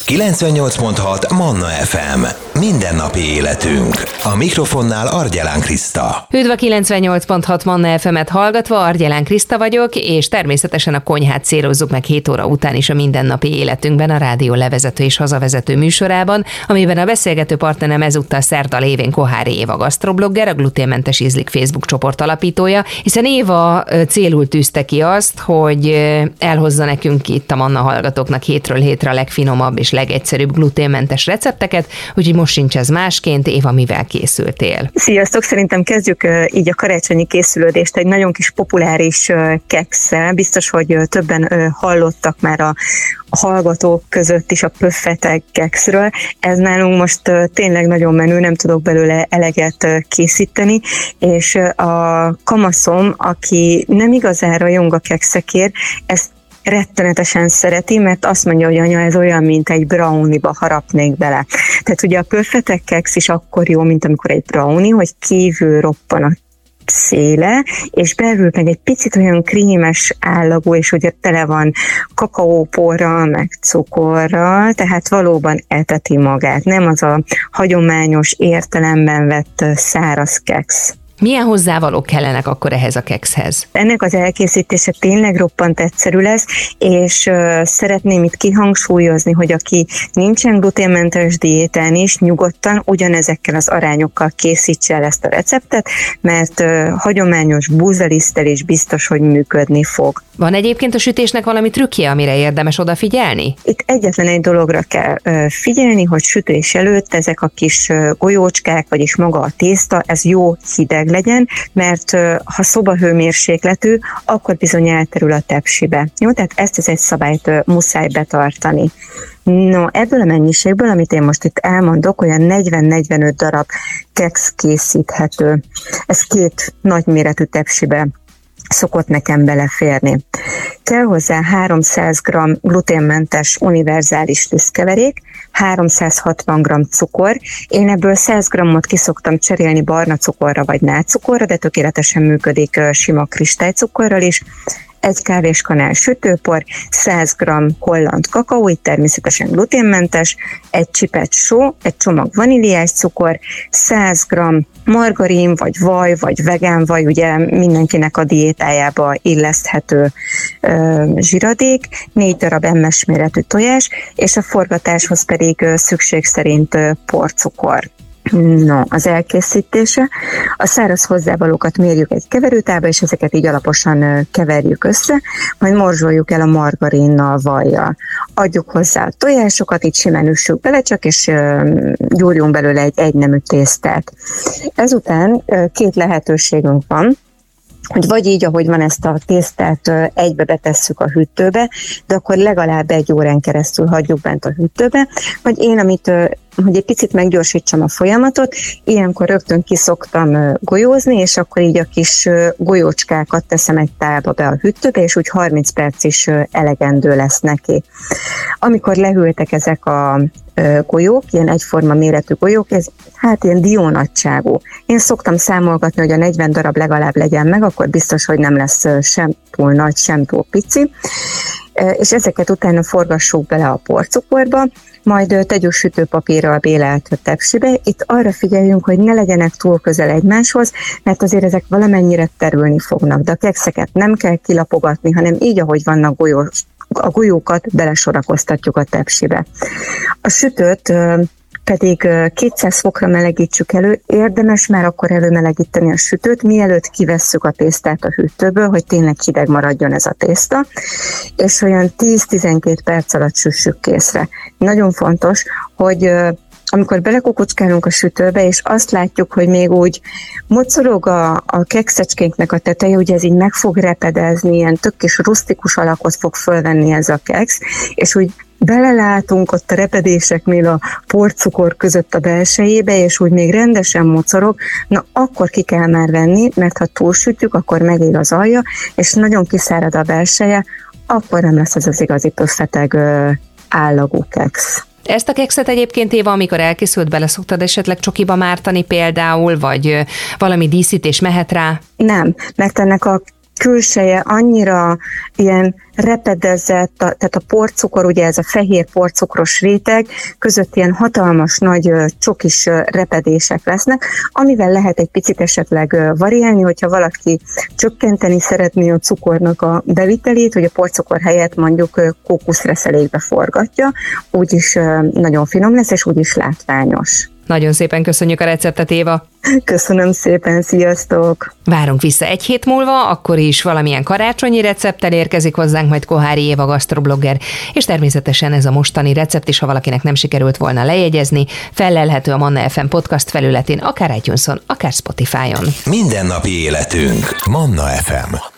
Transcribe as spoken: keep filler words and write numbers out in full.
kilencvennyolc pont hat Manna ef em. Mindennapi életünk. A mikrofonnál Argyelán Kriszta. Üdv a kilencvennyolc pont hat Manna ef emet hallgatva, Argyelán Kriszta vagyok, és természetesen a konyhát célozzuk meg hét óra után is a mindennapi életünkben, a rádió levezető és hazavezető műsorában, amiben a beszélgető partnerem ezúttal Szerda Lévén Kohári Éva gasztroblogger, a Gluténmentes Ízlik Facebook csoport alapítója, hiszen Éva célul tűzte ki azt, hogy elhozza nekünk itt a Manna hallgatóknak hétről hétre a legfinomabb és legegyszerűbb gluténmentes recepteket, úgyhogy most sincs ez másként. Éva, mivel készültél? Sziasztok! Szerintem kezdjük így a karácsonyi készülődést egy nagyon kis populáris kekszel. Biztos, hogy többen hallottak már a hallgatók között is a pöffeteg kekszről. Ez nálunk most tényleg nagyon menő, nem tudok belőle eleget készíteni, és a kamaszom, aki nem igazán rajong a kekszekért, ezt rettenetesen szereti, mert azt mondja, hogy anya, ez olyan, mint egy brownie-ba harapnék bele. Tehát ugye a pöffeteg keksz is akkor jó, mint amikor egy brownie, hogy kívül roppan a széle, és belül meg egy picit olyan krémes állagú, és ugye tele van kakaóporral, meg cukorral, tehát valóban eteti magát. Nem az a hagyományos értelemben vett száraz keksz. Milyen hozzávalók kellenek akkor ehhez a kekszhez? Ennek az elkészítése tényleg roppant egyszerű lesz, és uh, szeretném itt kihangsúlyozni, hogy aki nincsen gluténmentes diétán is, nyugodtan ugyanezekkel az arányokkal készítse el ezt a receptet, mert uh, hagyományos búzaliszttel is biztos, hogy működni fog. Van egyébként a sütésnek valami trükkje, amire érdemes odafigyelni? Itt egyetlen egy dologra kell uh, figyelni, hogy sütés előtt ezek a kis uh, golyócskák, vagyis maga a tészta, ez jó hideg legyen, mert ha szobahőmérsékletű, akkor bizony elterül a tepsibe. Jó, tehát ezt az egy szabályt muszáj betartani. No, ebből a mennyiségből, amit én most itt elmondok, olyan negyven-negyvenöt darab keksz készíthető. Ez két nagyméretű tepsibe szokott nekem beleférni. Kell hozzá háromszáz gramm gluténmentes univerzális lisztkeverék, háromszázhatvan gramm cukor. Én ebből száz grammot ki szoktam cserélni barna cukorra vagy nátscukorra, de tökéletesen működik sima kristálycukorral is. Egy kávéskanál sütőpor, száz gramm holland kakaó, itt természetesen gluténmentes, egy csipet só, egy csomag vaníliás cukor, száz gramm margarin, vagy vaj, vagy vegán vaj, ugye mindenkinek a diétájába illeszthető ö, zsiradék, négy darab emmes méretű tojás, és a forgatáshoz pedig ö, szükség szerint ö, porcukor. No, az elkészítése. A száraz hozzávalókat mérjük egy keverőtálba, és ezeket így alaposan keverjük össze, majd morzsoljuk el a margarinnal, vajjal. Adjuk hozzá a tojásokat, így simán üssük bele csak, és gyúrjunk belőle egy egynemű tésztát. Ezután két lehetőségünk van, hogy vagy így, ahogy van, ezt a tésztát egybe betesszük a hűtőbe, de akkor legalább egy órán keresztül hagyjuk bent a hűtőbe, vagy én, amit hogy egy picit meggyorsítsam a folyamatot, ilyenkor rögtön kiszoktam golyózni, és akkor így a kis golyócskákat teszem egy tálba be a hűtőbe, és úgy harminc perc is elegendő lesz neki. Amikor lehűltek ezek a golyók, ilyen egyforma méretű golyók, ez hát ilyen diónagyságú. Én szoktam számolgatni, hogy a negyven darab legalább legyen meg, akkor biztos, hogy nem lesz sem túl nagy, sem túl pici. És ezeket utána forgassuk bele a porcukorba, majd tegyük sütőpapírral bélelt tepsibe. Itt arra figyeljünk, hogy ne legyenek túl közel egymáshoz, mert azért ezek valamennyire terülni fognak, de a kekszeket nem kell kilapogatni, hanem így, ahogy vannak golyós, a golyókat belesorakoztatjuk a tepsibe. A sütőt pedig kétszáz fokra melegítsük elő, érdemes már akkor előmelegíteni a sütőt, mielőtt kivesszük a tésztát a hűtőből, hogy tényleg hideg maradjon ez a tészta, és olyan tíz-tizenkét perc alatt süssük készre. Nagyon fontos, hogy amikor belekukucskálunk a sütőbe, és azt látjuk, hogy még úgy mocorog a, a kekszecskénknek a teteje, ugye ez így meg fog repedezni, ilyen tök kis rusztikus alakot fog fölvenni ez a keksz, és úgy belelátunk ott a repedéseknél a porcukor között a belsejébe, és úgy még rendesen mocorog, na akkor ki kell már venni, mert ha túlsütjük, akkor megég az alja, és nagyon kiszárad a belseje, akkor nem lesz ez az igazi pöffeteg állagú keksz. Ezt a kekszet egyébként, Éva, amikor elkészült, bele szoktad esetleg csokiba mártani például, vagy valami díszítés mehet rá? Nem, mert ennek a külseje annyira ilyen repedezett, tehát a porcukor, ugye ez a fehér porcukros réteg között ilyen hatalmas nagy csokis repedések lesznek, amivel lehet egy picit esetleg variálni, hogyha valaki csökkenteni szeretné a cukornak a bevitelét, hogy a porcukor helyett mondjuk kókuszreszelékbe forgatja, úgyis nagyon finom lesz, és úgyis látványos. Nagyon szépen köszönjük a receptet, Éva! Köszönöm szépen, sziasztok! Várunk vissza egy hét múlva, akkor is valamilyen karácsonyi recepttel érkezik hozzánk majd Kohári Éva gasztroblogger, és természetesen ez a mostani recept is, ha valakinek nem sikerült volna lejegyezni, fellelhető a Manna ef em podcast felületén, akár iTunes-on, akár Spotify-on. Mindennapi életünk. Manna ef em.